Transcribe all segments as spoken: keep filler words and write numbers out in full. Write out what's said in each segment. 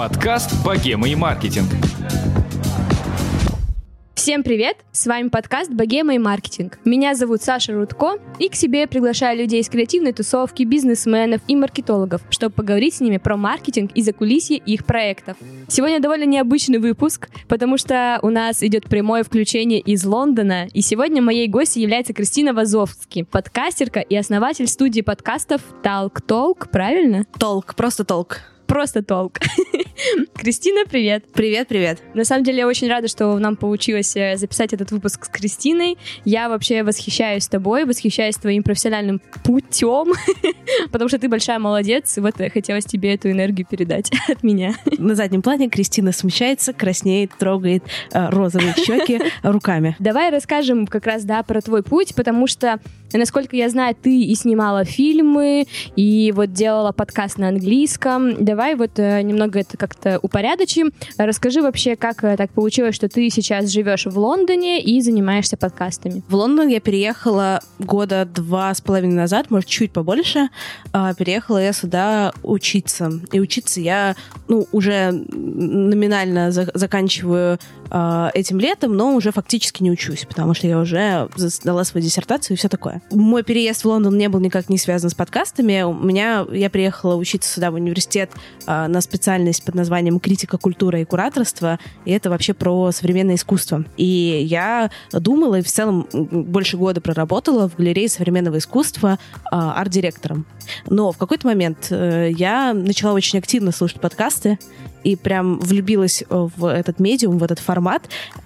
Подкаст «Богема и маркетинг». Всем привет! С вами подкаст «Богема и маркетинг». Меня зовут Саша Рудко, и к себе приглашаю людей из креативной тусовки, бизнесменов и маркетологов, чтобы поговорить с ними про маркетинг и закулисье их проектов. Сегодня довольно необычный выпуск, потому что у нас идет прямое включение из Лондона, и сегодня моей гостью является Кристина Вазовски, подкастерка и основатель студии подкастов Talk Talk, правильно? Толк, просто толк. Просто толк. Кристина, привет. Привет, привет. На самом деле, я очень рада, что нам получилось записать этот выпуск с Кристиной. Я вообще восхищаюсь тобой, восхищаюсь твоим профессиональным путем, потому что ты большая молодец, и вот хотелось тебе эту энергию передать от меня. На заднем плане Кристина смущается, краснеет, трогает э, розовые щеки руками. Давай расскажем как раз, да, про твой путь, потому что, насколько я знаю, ты и снимала фильмы, и вот делала подкаст на английском. Давай вот э, немного это как-то упорядочим. Расскажи вообще, как э, так получилось, что ты сейчас живешь в Лондоне и занимаешься подкастами. В Лондон я переехала года два с половиной назад, может, чуть побольше. Э, переехала я сюда учиться. И учиться я, ну, уже номинально за- заканчиваю э, этим летом, но уже фактически не учусь, потому что я уже сдала свою диссертацию и все такое. Мой переезд в Лондон не был никак не связан с подкастами. У меня, я приехала учиться сюда в университет э, на специальность под названием «Критика, культура и кураторство», и это вообще про современное искусство. И я думала, и в целом больше года проработала в галерее современного искусства э, арт-директором. Но в какой-то момент э, я начала очень активно слушать подкасты, и прям влюбилась в этот медиум, в этот формат.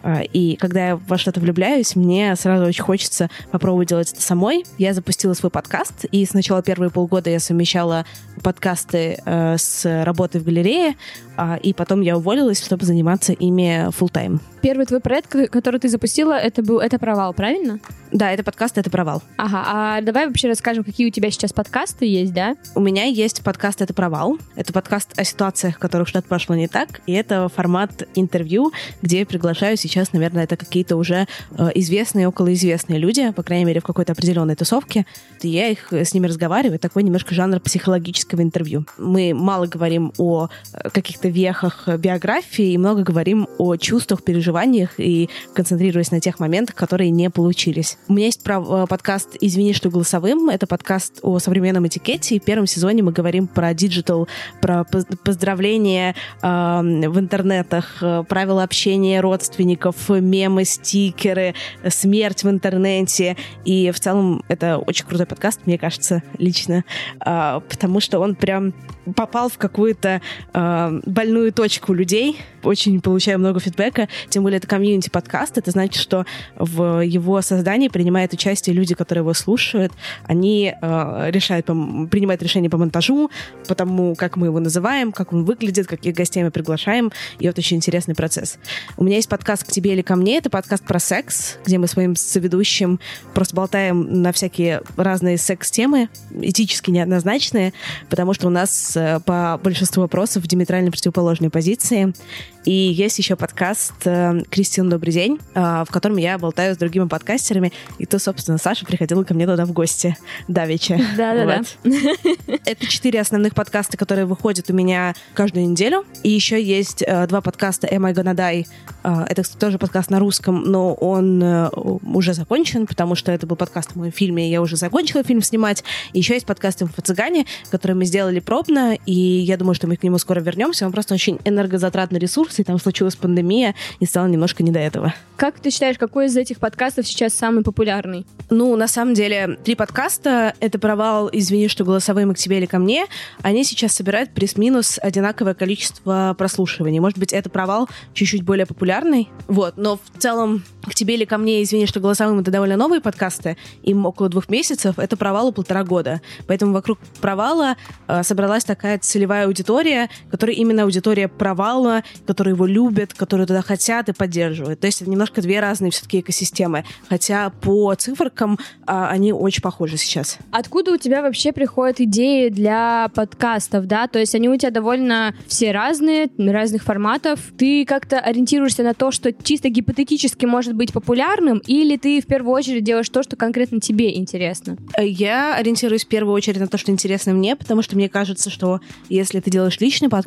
И когда я во что-то влюбляюсь, мне сразу очень хочется попробовать делать это самой. Я запустила свой подкаст, и сначала первые полгода я совмещала подкасты э, с работой в галерее, э, и потом я уволилась, чтобы заниматься ими full-time. Первый твой проект, который ты запустила, это был «Это провал», правильно? Да, это подкаст «Это провал». Ага, а давай вообще расскажем, какие у тебя сейчас подкасты есть, да? У меня есть подкаст «Это провал». Это подкаст о ситуациях, в которых что-то пошло не так, и это формат интервью, где я приглашаю сейчас, наверное, это какие-то уже э, известные, околоизвестные люди, по крайней мере, в какой-то определенной тусовке. И я их с ними разговариваю, такой немножко жанр психологического интервью. Мы мало говорим о каких-то вехах биографии и много говорим о чувствах, переживаниях и концентрируясь на тех моментах, которые не получились. У меня есть прав- подкаст «Извини, что голосовым». Это подкаст о современном этикете. И в первом сезоне мы говорим про диджитал, про поздравления э, в интернетах, правила общения родственников, мемы, стикеры, смерть в интернете. И в целом это очень крутой подкаст, мне кажется, лично, э, потому что он прям попал в какую-то э, больную точку людей. Очень получаю много фидбэка. Тем более это комьюнити-подкаст. Это значит, что в его создании принимают участие люди, которые его слушают. Они э, решают, принимают решения по монтажу, по тому, как мы его называем, как он выглядит, каких гостей мы приглашаем. И вот очень интересный процесс. У меня есть подкаст «К тебе или ко мне». Это подкаст про секс, где мы своим соведущим просто болтаем на всякие разные секс-темы, этически неоднозначные, потому что у нас э, по большинству вопросов диаметрально противоположные позиции. И есть еще подкаст «Кристина, добрый день», в котором я болтаю с другими подкастерами. И то, собственно, Саша приходила ко мне туда в гости давеча. Да-да-да. Вот. Это четыре основных подкаста, которые выходят у меня каждую неделю. И еще есть два подкаста «Am I Gonna Die?». Это тоже подкаст на русском, но он уже закончен, потому что это был подкаст о моем фильме, и я уже закончила фильм снимать. И еще есть подкаст «Инфо-цыгане», который мы сделали пробно, и я думаю, что мы к нему скоро вернемся. Он просто очень энергозатратный ресурс, и там случилась пандемия, и стало немножко не до этого. Как ты считаешь, какой из этих подкастов сейчас самый популярный? Ну, на самом деле, три подкаста — это провал, «Извини, что голосовым, к тебе или ко мне». Они сейчас собирают плюс-минус одинаковое количество прослушиваний. Может быть, это провал чуть-чуть более популярный. Вот, но в целом «К тебе или ко мне, извини, что голосовым» — это довольно новые подкасты, им около двух месяцев, это провалу полтора года. Поэтому вокруг провала э, собралась такая целевая аудитория, которая именно аудитория провала, которая его любят, которые туда хотят и поддерживают. То есть это немножко две разные все-таки экосистемы. Хотя по циферкам а, они очень похожи сейчас. Откуда у тебя вообще приходят идеи для подкастов, да? То есть они у тебя довольно все разные, разных форматов. Ты как-то ориентируешься на то, что чисто гипотетически может быть популярным, или ты в первую очередь делаешь то, что конкретно тебе интересно? Я ориентируюсь в первую очередь на то, что интересно мне, потому что мне кажется, что если ты делаешь личный подкаст,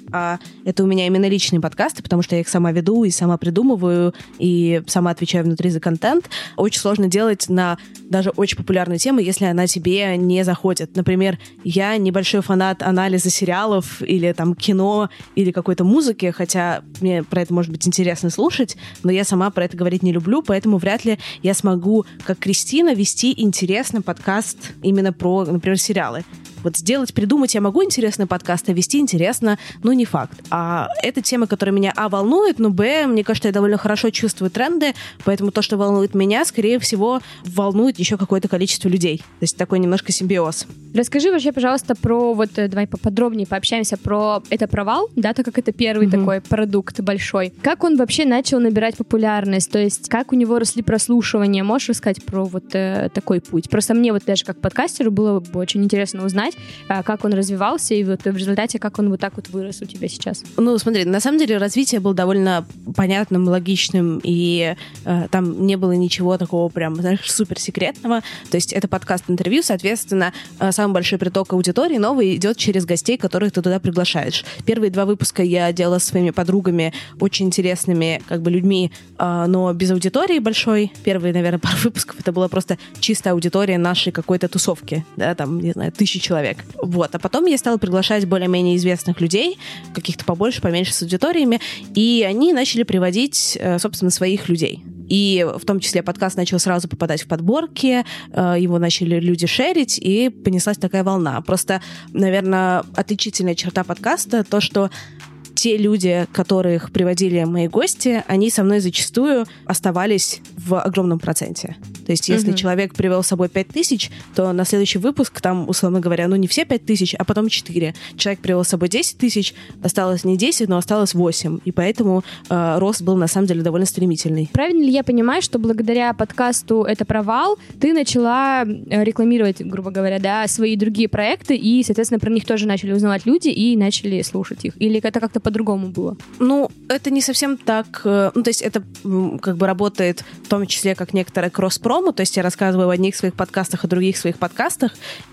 а это у меня именно личные подкасты, потому что я их сама веду и сама придумываю, и сама отвечаю внутри за контент, очень сложно делать на даже очень популярную тему, если она тебе не заходит. Например, я небольшой фанат анализа сериалов или там кино, или какой-то музыки, хотя мне про это может быть интересно слушать, но я сама про это говорить не люблю, поэтому вряд ли я смогу, как Кристина, вести интересный подкаст именно про, например, сериалы. Вот сделать, придумать я могу интересный подкаст, а вести интересно, ну, не факт. А это тема, которая меня, а, волнует, но, б, мне кажется, я довольно хорошо чувствую тренды, поэтому то, что волнует меня, скорее всего, волнует еще какое-то количество людей. То есть такой немножко симбиоз. Расскажи вообще, пожалуйста, про, вот, давай поподробнее пообщаемся про «Это провал», да, так как это первый mm-hmm. такой продукт большой. Как он вообще начал набирать популярность? То есть как у него росли прослушивания? Можешь рассказать про вот э, такой путь? Просто мне вот даже как подкастеру было бы очень интересно узнать, как он развивался, и вот в результате, как он вот так вот вырос у тебя сейчас. Ну, смотри, на самом деле развитие было довольно понятным, логичным, и э, там не было ничего такого прям, знаешь, суперсекретного. То есть это подкаст-интервью, соответственно, э, самый большой приток аудитории новый идет через гостей, которых ты туда приглашаешь. Первые два выпуска я делала со своими подругами, очень интересными как бы людьми, э, но без аудитории большой. Первые, наверное, пару выпусков это была просто чистая аудитория нашей какой-то тусовки, да, там, не знаю, тысячи человек. Вот. А потом я стала приглашать более-менее известных людей, каких-то побольше, поменьше с аудиториями, и они начали приводить, собственно, своих людей. И в том числе подкаст начал сразу попадать в подборки, его начали люди шерить, и понеслась такая волна. Просто, наверное, отличительная черта подкаста то, что те люди, которых приводили мои гости, они со мной зачастую оставались в огромном проценте. То есть если uh-huh. человек привел с собой пять тысяч, то на следующий выпуск, там, условно говоря, ну не все пять тысяч, а потом четыре. Человек привел с собой десять тысяч, осталось не десять, но осталось восемь. И поэтому э, рост был, на самом деле, довольно стремительный. Правильно ли я понимаю, что благодаря подкасту «Это провал» ты начала рекламировать, грубо говоря, да, свои другие проекты, и, соответственно, про них тоже начали узнавать люди и начали слушать их? Или это как-то по-другому было? Ну, это не совсем так. Ну, то есть это как бы работает в том числе как некоторая кросс-промо, то есть я рассказываю в одних своих подкастах о других своих подкастах,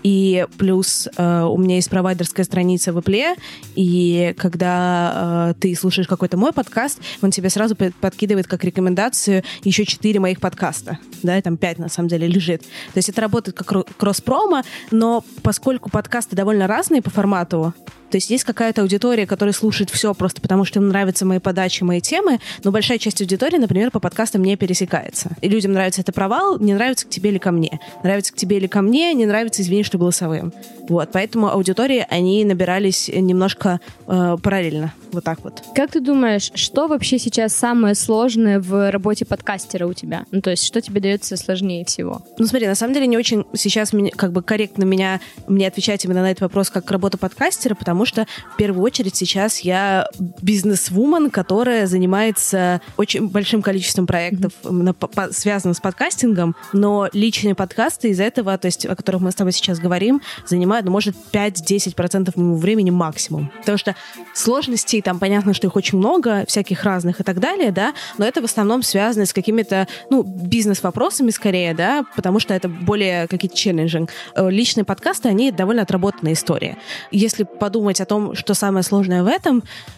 и плюс э, у меня есть провайдерская страница в Apple, и когда э, ты слушаешь какой-то мой подкаст, он тебе сразу подкидывает как рекомендацию еще четыре моих подкаста, да, и там пять на самом деле лежит. То есть это работает как кросс-промо, но поскольку подкасты довольно разные по формату, то есть есть какая-то аудитория, которая слушает все просто потому, что им нравятся мои подачи, мои темы, но большая часть аудитории, например, по подкастам не пересекается. И людям нравится «Это провал», не нравится «К тебе или ко мне». Нравится «К тебе или ко мне», не нравится «Извини, что голосовым». Вот, поэтому аудитории, они набирались немножко э, параллельно. Вот так вот. Как ты думаешь, что вообще сейчас самое сложное в работе подкастера у тебя? Ну, то есть, что тебе дается сложнее всего? Ну, смотри, на самом деле не очень сейчас как бы корректно меня, мне отвечать именно на этот вопрос как работа подкастера, потому что в первую очередь сейчас я бизнес-вумен, которая занимается очень большим количеством проектов, mm-hmm. связанных с подкастингом, но личные подкасты из этого, то есть о которых мы с тобой сейчас говорим, занимают, ну, может, пять-десять процентов моего времени максимум. Потому что сложностей там понятно, что их очень много, всяких разных и так далее, да, но это в основном связано с какими-то, ну, бизнес-вопросами скорее, да, потому что это более какие-то челленджи. Личные подкасты, они довольно отработанная история. Если подумать о том, что самое сложное в этом,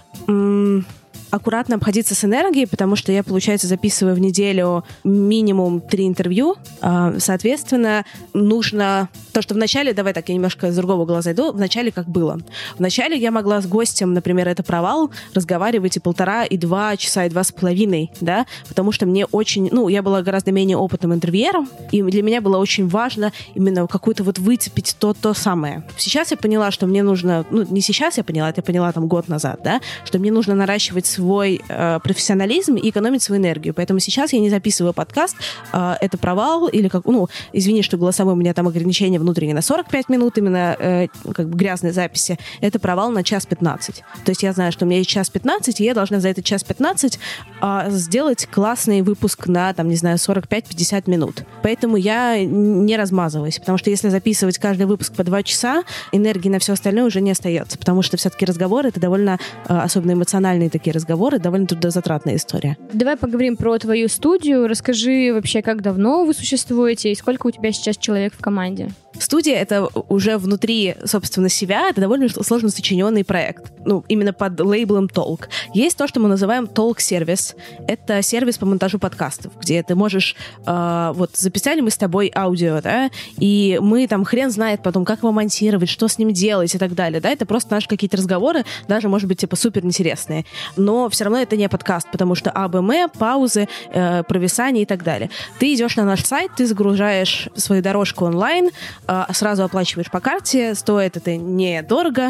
м- аккуратно обходиться с энергией, потому что я, получается, записываю в неделю минимум три интервью. Соответственно, нужно... То, что вначале, давай так, я немножко с другого угла зайду, вначале как было. Вначале я могла с гостем, например, «Это провал», разговаривать и полтора, и два часа, и два с половиной, да, потому что мне очень... Ну, я была гораздо менее опытным интервьюером, и для меня было очень важно именно какую-то вот выцепить то, то самое. Сейчас я поняла, что мне нужно... Ну, не сейчас я поняла, это я поняла там год назад, да, что мне нужно наращивать свой э, профессионализм и экономить свою энергию. Поэтому сейчас я не записываю подкаст э, «Это провал» или как... Ну, извини, что голосовой у меня там ограничение внутреннее на сорок пять минут, именно э, как бы грязной записи. «Это провал» на час пятнадцать. То есть я знаю, что у меня есть час пятнадцать, и я должна за этот час пятнадцать э, сделать классный выпуск на, там, не знаю, сорок пять-пятьдесят минут. Поэтому я не размазываюсь, потому что если записывать каждый выпуск по два часа, энергии на все остальное уже не остается, потому что все-таки разговоры — это довольно, э, особенно эмоциональные такие разговоры, разговоры, довольно трудозатратная история. Давай поговорим про твою студию. Расскажи вообще, как давно вы существуете и сколько у тебя сейчас человек в команде? Студия — это уже внутри, собственно, себя, это довольно сложно сочиненный проект. Ну, именно под лейблом Talk. Есть то, что мы называем Talk-сервис. Это сервис по монтажу подкастов, где ты можешь... Э, вот, записали мы с тобой аудио, да, и мы там хрен знает потом, как его монтировать, что с ним делать и так далее, да, это просто наши какие-то разговоры, даже, может быть, типа супер интересные. Но все равно это не подкаст, потому что АБМ, паузы, э, провисания и так далее. Ты идешь на наш сайт, ты загружаешь свою дорожку онлайн, сразу оплачиваешь по карте, стоит это недорого,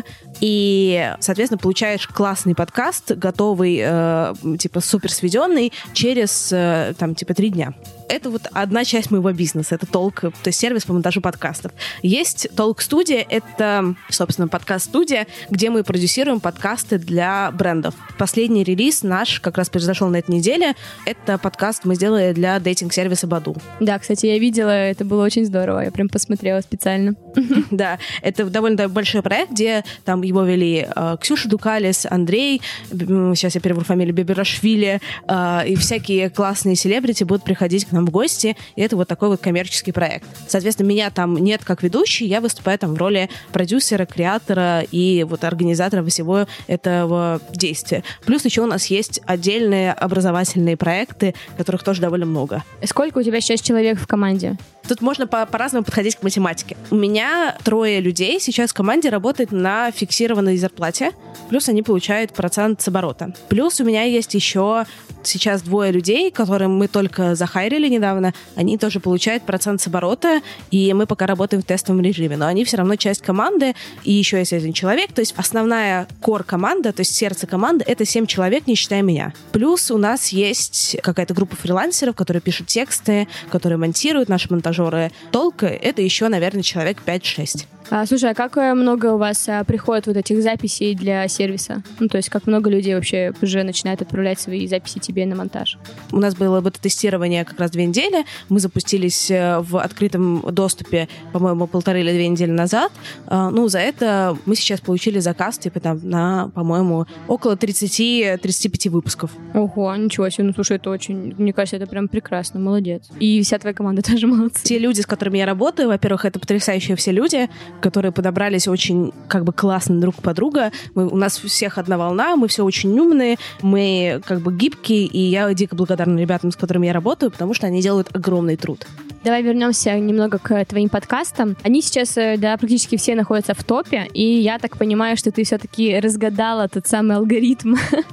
и, соответственно, получаешь классный подкаст, готовый, э, типа, супер сведенный через, э, там, типа, три дня. Это вот одна часть моего бизнеса, это Talk, то есть сервис по монтажу подкастов. Есть Talk Studio, это, собственно, подкаст-студия, где мы продюсируем подкасты для брендов. Последний релиз наш как раз произошел на этой неделе. Это подкаст мы сделали для дейтинг-сервиса Badoo. Да, кстати, я видела, это было очень здорово, я прям посмотрела специально. Да, это довольно большой проект, где там его вели э, Ксюша Дукалис, Андрей, сейчас я перевожу фамилию, Беберашвили, э, и всякие классные селебрити будут приходить к нам в гости, и это вот такой вот коммерческий проект. Соответственно, меня там нет как ведущей, я выступаю там в роли продюсера, креатора и вот организатора всего этого действия. Плюс еще у нас есть отдельные образовательные проекты, которых тоже довольно много. Сколько у тебя сейчас человек в команде? Тут можно по- по-разному подходить к математике. У меня трое людей сейчас в команде работает на фиксированной зарплате, плюс они получают процент с оборота. Плюс у меня есть еще сейчас двое людей, которым мы только захайрили недавно, они тоже получают процент с оборота, и мы пока работаем в тестовом режиме, но они все равно часть команды, и еще есть один человек, то есть основная кор-команда, то есть сердце команды, это семь человек, не считая меня. Плюс у нас есть какая-то группа фрилансеров, которые пишут тексты, которые монтируют, наши монтажеры. Толка — это еще, наверное, человек пять-шесть. А, слушай, а как много у вас а, приходит вот этих записей для сервиса? Ну, то есть как много людей вообще уже начинают отправлять свои записи тебе на монтаж? У нас было бета-тестирование как раз две недели. Мы запустились в открытом доступе, по-моему, полторы или две недели назад. Ну, за это мы сейчас получили заказ типа там на, по-моему, около тридцать-тридцать пять выпусков. Ого, ничего себе. Ну, слушай, это очень, мне кажется, это прям прекрасно, молодец. И вся твоя команда тоже молодцы. Те люди, с которыми я работаю, во-первых, это потрясающие все люди, которые подобрались очень как бы классно друг под друга. Мы, у нас у всех одна волна, мы все очень умные, мы как бы гибкие, и я дико благодарна ребятам, с которыми я работаю, потому что они делают огромный труд. Давай вернемся немного к твоим подкастам. Они сейчас, да, практически все находятся в топе, и я так понимаю, что ты все-таки разгадала тот самый алгоритм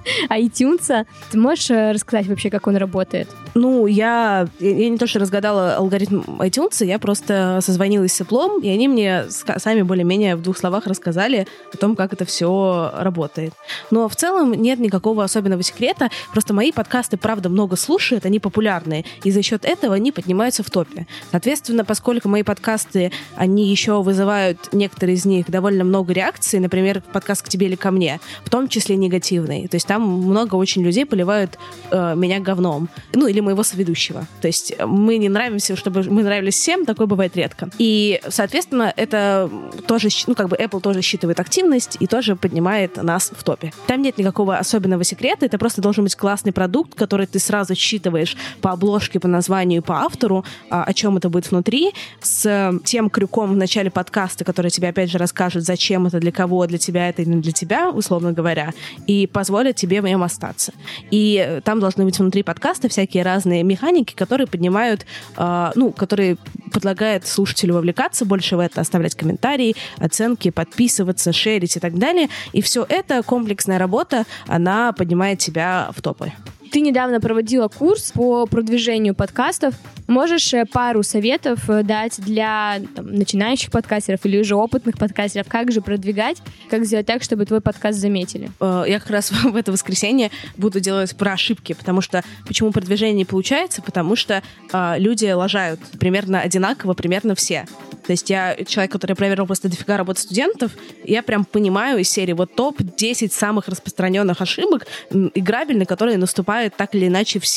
iTunes. Ты можешь рассказать вообще, как он работает? Ну, я, я не то, что разгадала алгоритм iTunes, я просто созвонилась с Apple, и они мне сами более-менее в двух словах рассказали о том, как это все работает. Но в целом нет никакого особенного секрета, просто мои подкасты, правда, много слушают, они популярные, и за счет этого они поднимаются в топе. Соответственно, поскольку мои подкасты, они еще вызывают, некоторые из них, довольно много реакций, например, подкаст «К тебе или ко мне», в том числе негативный. То есть там много очень людей поливают э, меня говном. Ну, или моего соведущего. То есть мы не нравимся, чтобы мы нравились всем, такое бывает редко. И, соответственно, это тоже, ну, как бы Apple тоже считывает активность и тоже поднимает нас в топе. Там нет никакого особенного секрета, это просто должен быть классный продукт, который ты сразу считываешь по обложке, по названию, по автору, о чем это будет внутри, с тем крюком в начале подкаста, который тебе, опять же, расскажет, зачем это, для кого, для тебя это или не для тебя, условно говоря, и позволит тебе в нем остаться. И там должны быть внутри подкаста всякие разные механики, которые поднимают, э, ну, которые предлагают слушателю вовлекаться больше в это, оставлять комментарии, оценки, подписываться, шерить и так далее. И все это, комплексная работа, она поднимает тебя в топы. Ты недавно проводила курс по продвижению подкастов. Можешь пару советов дать для там, начинающих подкастеров или уже опытных подкастеров, как же продвигать, как сделать так, чтобы твой подкаст заметили? Я как раз в это воскресенье буду делать про ошибки, потому что почему продвижение не получается? Потому что э, люди лажают примерно одинаково, примерно все. То есть я человек, который проверил просто дофига работы студентов, я прям понимаю из серии вот топ десять самых распространенных ошибок играбельных, которые наступают так или иначе все.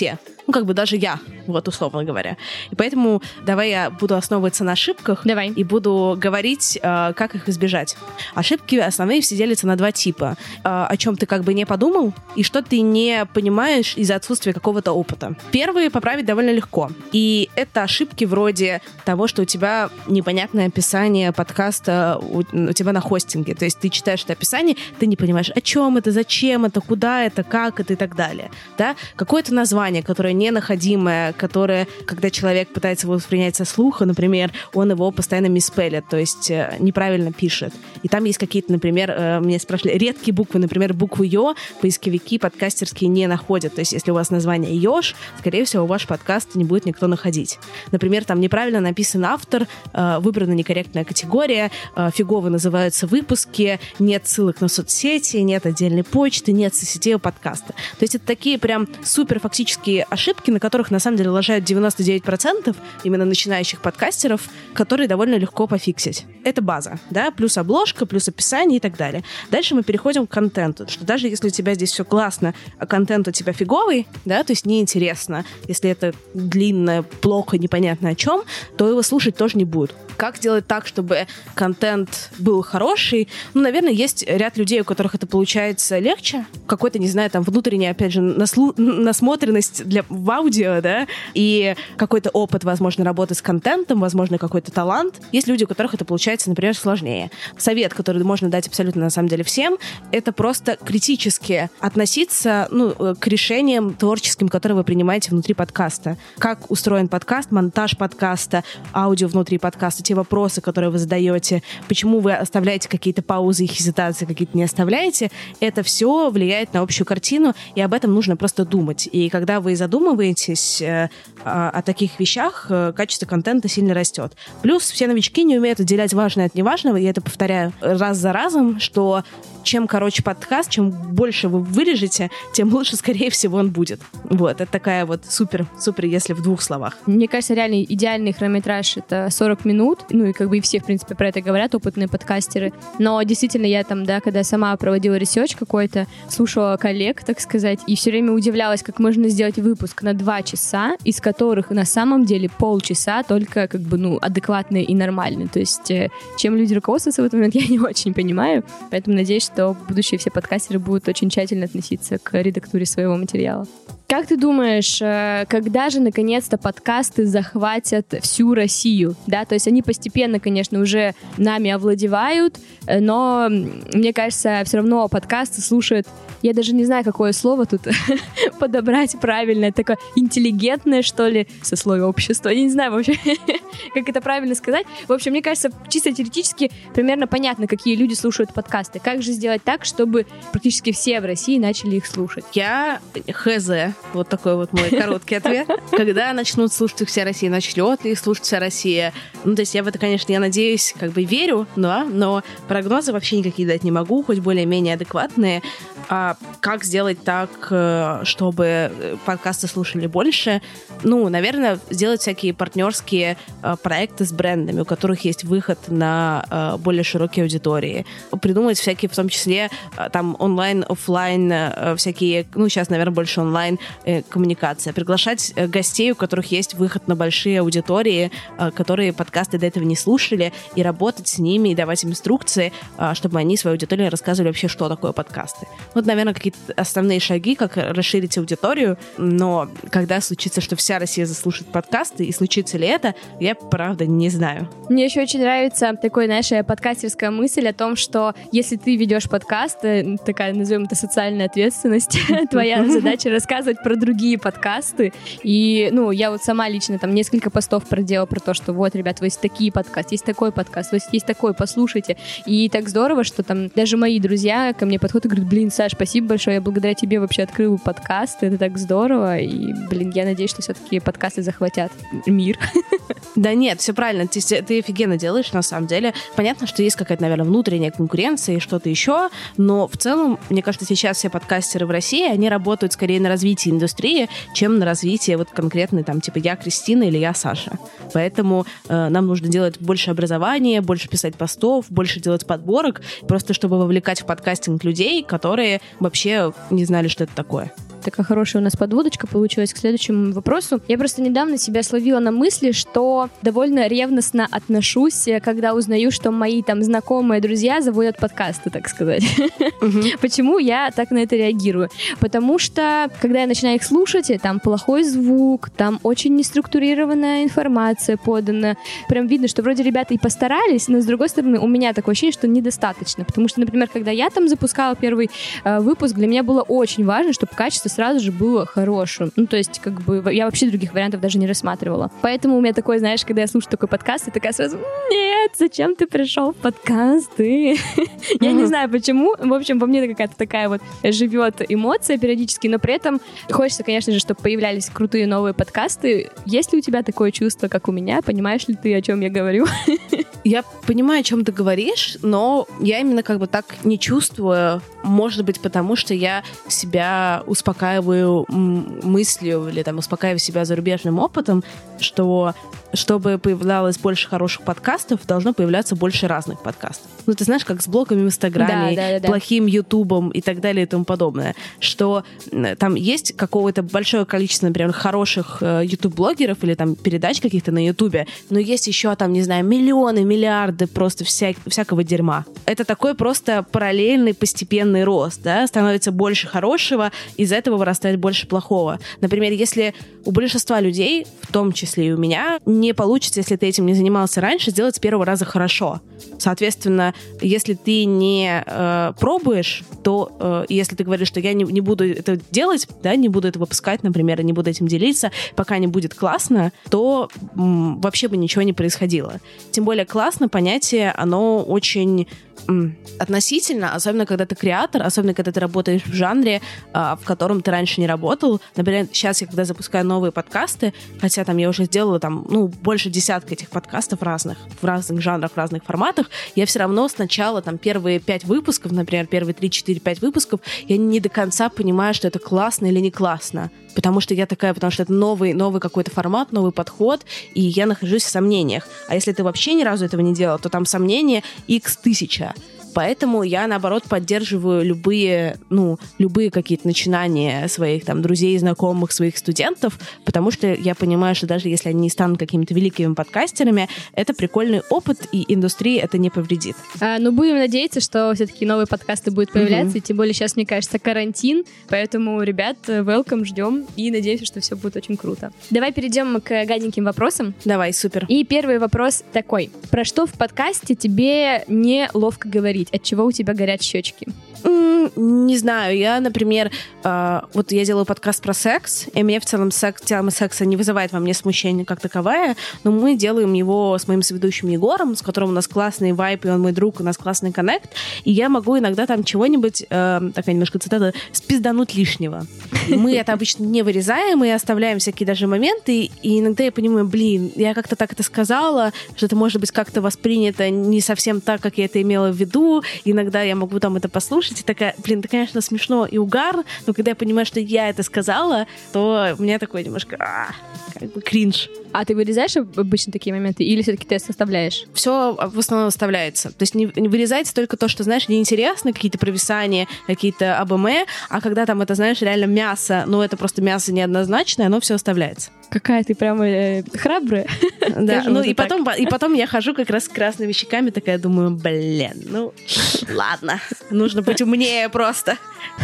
Ну, как бы даже я, вот условно говоря. И поэтому давай я буду основываться на ошибках. Давай. И буду говорить, э, как их избежать. Ошибки основные все делятся на два типа. Э, о чем ты как бы не подумал, и что ты не понимаешь из-за отсутствия какого-то опыта. Первые поправить довольно легко. И это ошибки вроде того, что у тебя непонятное описание подкаста у, у тебя на хостинге. То есть ты читаешь это описание, ты не понимаешь, о чем это, зачем это, куда это, как это и так далее. Да? Какое-то название, которое ненаходимое, которое, когда человек пытается его воспринять со слуха, например, он его постоянно миспелит, то есть э, неправильно пишет. И там есть какие-то, например, э, меня спрашивали, редкие буквы, например, букву «ё» поисковики подкастерские не находят. То есть если у вас название «ёж», скорее всего, ваш подкаст не будет никто находить. Например, там неправильно написан автор, э, выбрана некорректная категория, э, фигово называются выпуски, нет ссылок на соцсети, нет отдельной почты, нет соцсетей у подкаста. То есть это такие прям супер фактические ошибки, на которых на самом деле лажают девяносто девять процентов именно начинающих подкастеров, которые довольно легко пофиксить. Это база, да, плюс обложка, плюс описание и так далее. Дальше мы переходим к контенту, что даже если у тебя здесь все классно, а контент у тебя фиговый, да, то есть неинтересно, если это длинно, плохо, непонятно о чем, то его слушать тоже не будут. Как сделать так, чтобы контент был хороший? Ну, наверное, есть ряд людей, у которых это получается легче. Какой-то, не знаю, там, внутренняя, опять же, наслу... насмотренность для... в аудио, да, и какой-то опыт, возможно, работы с контентом, возможно, какой-то талант. Есть люди, у которых это получается, например, сложнее. Совет, который можно дать абсолютно, на самом деле, всем, это просто критически относиться, ну, к решениям творческим, которые вы принимаете внутри подкаста. Как устроен подкаст, монтаж подкаста, аудио внутри подкаста, те вопросы, которые вы задаете, почему вы оставляете какие-то паузы и хезитации, какие-то не оставляете, это все влияет на общую картину, и об этом нужно просто думать. И когда вы задумываетесь э, о, о таких вещах, э, качество контента сильно растет. Плюс все новички не умеют отделять важное от неважного, и я это повторяю раз за разом, что чем короче подкаст, чем больше вы вырежете, тем лучше, скорее всего, он будет. Вот, это такая вот супер, супер, если в двух словах. Мне кажется, реально идеальный хронометраж — это сорок минут, ну и как бы и все, в принципе, про это говорят, опытные подкастеры. Но действительно, я там, да, когда сама проводила ресерч какой-то, слушала коллег, так сказать, и все время удивлялась, как можно сделать выпуск на два часа, из которых на самом деле полчаса только как бы, ну, адекватные и нормальные. То есть чем люди руководствуются в этот момент, я не очень понимаю, поэтому надеюсь, что будущие все подкастеры будут очень тщательно относиться к редактуре своего материала. Как ты думаешь, когда же наконец-то подкасты захватят всю Россию? Да, то есть они постепенно, конечно, уже нами овладевают, но мне кажется, все равно подкасты слушают, я даже не знаю, какое слово тут подобрать правильное, такое интеллигентное, что ли, сословие общества. Я не знаю вообще, как это правильно сказать. В общем, мне кажется, чисто теоретически примерно понятно, какие люди слушают подкасты. Как же сделать так, чтобы практически все в России начали их слушать? Я хз. Вот такой вот мой короткий ответ. Когда начнут слушать их вся Россия, начнет ли их слушать вся Россия? Ну, то есть я в это, конечно, я надеюсь, как бы верю, да, но прогнозы вообще никакие дать не могу, хоть более-менее адекватные. А как сделать так, чтобы подкасты слушали больше? Ну, наверное, сделать всякие партнерские проекты с брендами, у которых есть выход на более широкие аудитории. Придумать всякие, в том числе, там, онлайн, офлайн, всякие, ну, сейчас, наверное, больше онлайн коммуникация. Приглашать гостей, у которых есть выход на большие аудитории, которые подкасты до этого не слушали, и работать с ними, и давать им инструкции, чтобы они своей аудитории рассказывали вообще, что такое подкасты. Вот, наверное, какие-то основные шаги, как расширить аудиторию, но когда случится, что вся Россия заслушает подкасты, и случится ли это, я, правда, не знаю. Мне еще очень нравится такая, знаешь, подкастерская мысль о том, что если ты ведешь подкаст, такая, назовем это, социальная ответственность, твоя задача рассказывать про другие подкасты. И, ну, я вот сама лично там несколько постов проделала про то, что вот, ребят, вот есть такие подкасты, есть такой подкаст, вот есть такой, послушайте. И так здорово, что там даже мои друзья ко мне подходят и говорят, блин, Саш, спасибо большое, я благодаря тебе вообще открыла подкаст, это так здорово, и, блин, я надеюсь, что все-таки подкасты захватят мир. Да нет, все правильно, ты, ты офигенно делаешь, на самом деле. Понятно, что есть какая-то, наверное, внутренняя конкуренция и что-то еще, но в целом, мне кажется, сейчас все подкастеры в России, они работают скорее на развитии индустрии, чем на развитии вот конкретной, там, типа, я Кристина или я Саша. Поэтому э, нам нужно делать больше образования, больше писать постов, больше делать подборок, просто чтобы вовлекать в подкастинг людей, которые вообще не знали, что это такое. такая хорошая у нас подводочка получилась к следующему вопросу. Я просто недавно себя словила на мысли, что довольно ревностно отношусь, когда узнаю, что мои там знакомые друзья заводят подкасты, так сказать. Uh-huh. Почему я так на это реагирую? Потому что, когда я начинаю их слушать, там плохой звук, там очень неструктурированная информация подана. Прям видно, что вроде ребята и постарались, но, с другой стороны, у меня такое ощущение, что недостаточно. Потому что, например, когда я там запускала первый э, выпуск, для меня было очень важно, чтобы качество сразу же было хорошим. Ну, то есть, как бы, я вообще других вариантов даже не рассматривала. Поэтому у меня такое, знаешь, когда я слушаю такой подкаст, я такая сразу: нет, зачем ты пришел в подкасты? Я не знаю, почему. В общем, во мне какая-то такая вот живет эмоция периодически, но при этом хочется, конечно же, чтобы появлялись крутые новые подкасты. Есть ли у тебя такое чувство, как у меня? Понимаешь ли ты, о чем я говорю? Я понимаю, о чем ты говоришь, но я именно как бы так не чувствую. Может быть, потому что я себя успокаиваю мыслью или там успокаиваю себя зарубежным опытом, что чтобы появлялось больше хороших подкастов, должно появляться больше разных подкастов. Ну, ты знаешь, как с блогами в Инстаграме, да, да, да, плохим Ютубом и так далее и тому подобное, что там есть какое-то большое количество, например, хороших ютуб-блогеров или там передач каких-то на Ютубе, но есть еще там, не знаю, миллионы, миллиарды просто вся, всякого дерьма. Это такой просто параллельный постепенный рост, да, становится больше хорошего, из этого вырастает больше плохого. Например, если у большинства людей, в том числе и у меня, не получится, если ты этим не занимался раньше, сделать с первого раза хорошо. Соответственно, если ты не э, пробуешь, то э, если ты говоришь, что я не, не буду это делать, да, не буду это выпускать, например, и не буду этим делиться, пока не будет классно, то м, вообще бы ничего не происходило. Тем более классно понятие, оно очень м, относительно, особенно когда ты креатор, особенно когда ты работаешь в жанре, э, в котором ты раньше не работал. Например, сейчас я когда запускаю новые подкасты, хотя там я уже сделала там, ну, больше десятка этих подкастов разных, в разных жанрах, в разных форматах, я все равно сначала там первые пять выпусков, например, первые три, четыре, пять выпусков, я не до конца понимаю, что это классно или не классно. Потому что я такая, потому что это новый, новый какой-то формат, новый подход, и я нахожусь в сомнениях. А если ты вообще ни разу этого не делал, то там сомнения икс тысяча. Поэтому я, наоборот, поддерживаю любые, ну, любые какие-то начинания своих там друзей, знакомых, своих студентов, потому что я понимаю, что даже если они не станут какими-то великими подкастерами, это прикольный опыт, и индустрии это не повредит. А, ну, будем надеяться, что все-таки новые подкасты будут появляться, mm-hmm. и тем более сейчас, мне кажется, карантин, поэтому, ребят, welcome, ждем, и надеемся, что все будет очень круто. Давай перейдем к гаденьким вопросам. Давай, супер. И первый вопрос такой. Про что в подкасте тебе неловко говорить? От чего у тебя горят щечки? Mm, не знаю. Я, например, э, вот я делаю подкаст про секс, и мне в целом секс, тема секса не вызывает во мне смущения как таковая, но мы делаем его с моим соведущим Егором, с которым у нас классный вайб, и он мой друг, у нас классный коннект, и я могу иногда там чего-нибудь, э, такая немножко цитата, спиздануть лишнего. Мы это обычно не вырезаем и оставляем всякие даже моменты, и иногда я понимаю, блин, я как-то так это сказала, что это может быть как-то воспринято не совсем так, как я это имела в виду. Иногда я могу там это послушать и такая, блин, это, конечно, смешно и угар, но когда я понимаю, что я это сказала, то у меня такой немножко а, как бы кринж. А ты вырезаешь обычно такие моменты или все-таки ты оставляешь? Все в основном оставляется. То есть не, не вырезается только то, что, знаешь, неинтересно, какие-то провисания, какие-то АБМ, а когда там это, знаешь, реально мясо, ну это просто мясо неоднозначное, оно все оставляется. Какая ты прямо э, храбрая. Да, ну и потом, и потом я хожу как раз с красными щеками, такая думаю, блин, ну ладно, нужно быть умнее просто.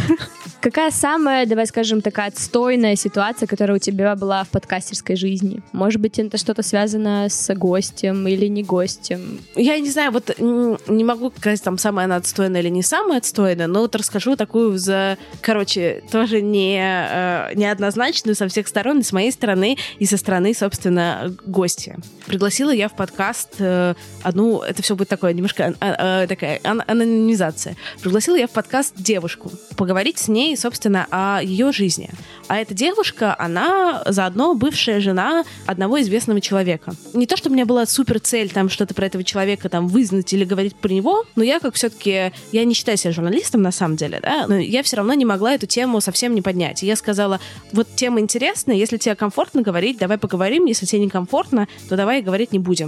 Какая самая, давай скажем, такая отстойная ситуация, которая у тебя была в подкастерской жизни? Может быть, это что-то связано с гостем или не гостем? Я не знаю, вот не могу сказать, там, самая она отстойная или не самая отстойная, но вот расскажу такую за, короче, тоже не, неоднозначную со всех сторон, и с моей стороны, и со стороны, собственно, гостя. Пригласила я в подкаст одну, это все будет такое, немножко такая анонимизация. Пригласила я в подкаст девушку, поговорить с ней, собственно, о ее жизни. А эта девушка, она заодно бывшая жена одного известного человека. Не то, что у меня была супер цель там что-то про этого человека там вызнать или говорить про него, но я как все-таки, я не считаю себя журналистом на самом деле, да, но я все равно не могла эту тему совсем не поднять. И я сказала, вот тема интересная, если тебе комфортно говорить, давай поговорим, если тебе некомфортно, то давай говорить не будем.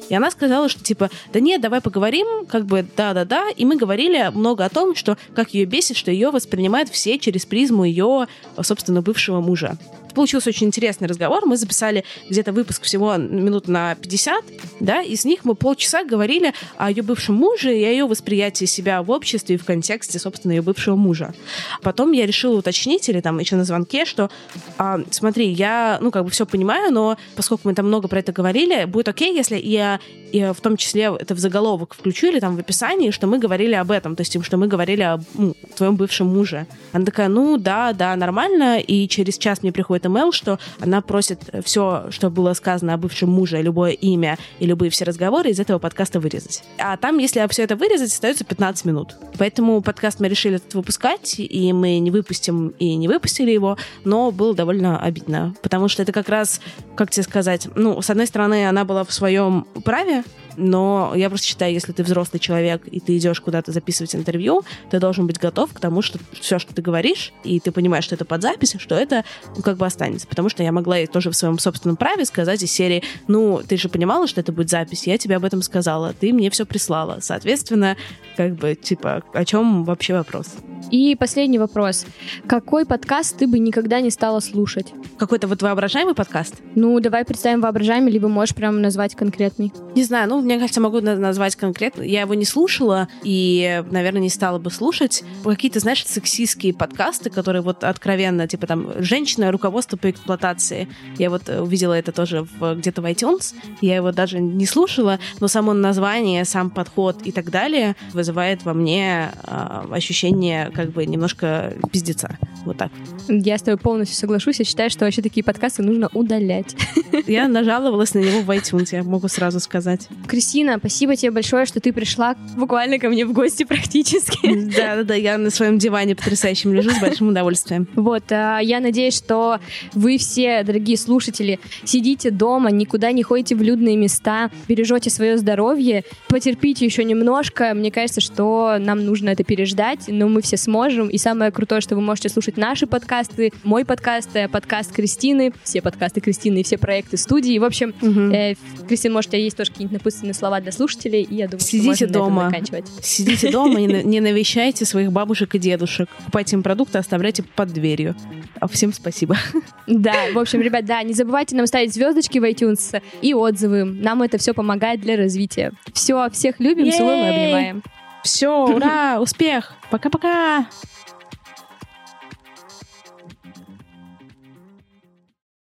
И она сказала, что типа, да нет, давай поговорим, как бы да-да-да. И мы говорили много о том, что как ее бесит, что ее воспринимают все через призму ее, собственно, бывшего мужа. Получился очень интересный разговор. Мы записали где-то выпуск всего минут на пятьдесят, да, и с них мы полчаса говорили о ее бывшем муже и о ее восприятии себя в обществе и в контексте, собственно, ее бывшего мужа. Потом я решила уточнить, или там еще на звонке, что а, смотри, я, ну, как бы все понимаю, но поскольку мы там много про это говорили, будет окей, если я и в том числе это в заголовок включу или там в описании, что мы говорили об этом, то есть что мы говорили о ну, твоем бывшем муже. Она такая, ну, да, да, нормально, и через час мне приходит имейл, что она просит все, что было сказано о бывшем муже, любое имя и любые все разговоры из этого подкаста вырезать. А там, если все это вырезать, остается пятнадцать минут. Поэтому подкаст мы решили этот выпускать, и мы не выпустим и не выпустили его, но было довольно обидно, потому что это как раз, как тебе сказать, ну, с одной стороны, она была в своем праве, но я просто считаю, если ты взрослый человек, и ты идешь куда-то записывать интервью, ты должен быть готов к тому, что все, что ты говоришь, и ты понимаешь, что это под запись, что это ну, как бы останется. Потому что я могла ей тоже в своем собственном праве сказать из серии, ну, ты же понимала, что это будет запись, я тебе об этом сказала, ты мне все прислала. Соответственно, как бы, типа, о чем вообще вопрос? И последний вопрос. Какой подкаст ты бы никогда не стала слушать? Какой-то вот воображаемый подкаст? Ну, давай представим воображаемый, либо можешь прям назвать конкретный. Не знаю, ну, мне кажется, могу назвать конкретно. Я его не слушала и, наверное, не стала бы слушать. Какие-то, знаешь, сексистские подкасты, которые вот откровенно, типа там, женщина, руководство по эксплуатации. Я вот увидела это тоже в, где-то в iTunes. Я его даже не слушала, но само название, сам подход и так далее вызывает во мне э, ощущение как бы немножко пиздеца. Вот так. Я с тобой полностью соглашусь. Я считаю, что вообще такие подкасты нужно удалять. Я нажаловалась на него в iTunes, я могу сразу сказать. Кристина, спасибо тебе большое, что ты пришла буквально ко мне в гости практически. Да-да-да, я на своем диване потрясающем лежу с большим удовольствием. Вот, я надеюсь, что вы все, дорогие слушатели, сидите дома, никуда не ходите в людные места, бережете свое здоровье, потерпите еще немножко. Мне кажется, что нам нужно это переждать, но мы все сможем. И самое крутое, что вы можете слушать наши подкасты, мой подкаст, подкаст Кристины, все подкасты Кристины и все проекты студии. В общем, угу. э, Кристина, может, у тебя есть тоже какие-нибудь напутственные слова для слушателей, и я думаю, Сидите что можно дома. на этом заканчивать. Сидите дома, не навещайте своих бабушек и дедушек. Покупайте им продукты, оставляйте под дверью. А всем спасибо. Да, в общем, ребят, да, не забывайте нам ставить звездочки в iTunes и отзывы. Нам это все помогает для развития. Все, всех любим, целуем и обнимаем. Все, ура, успех. Пока-пока.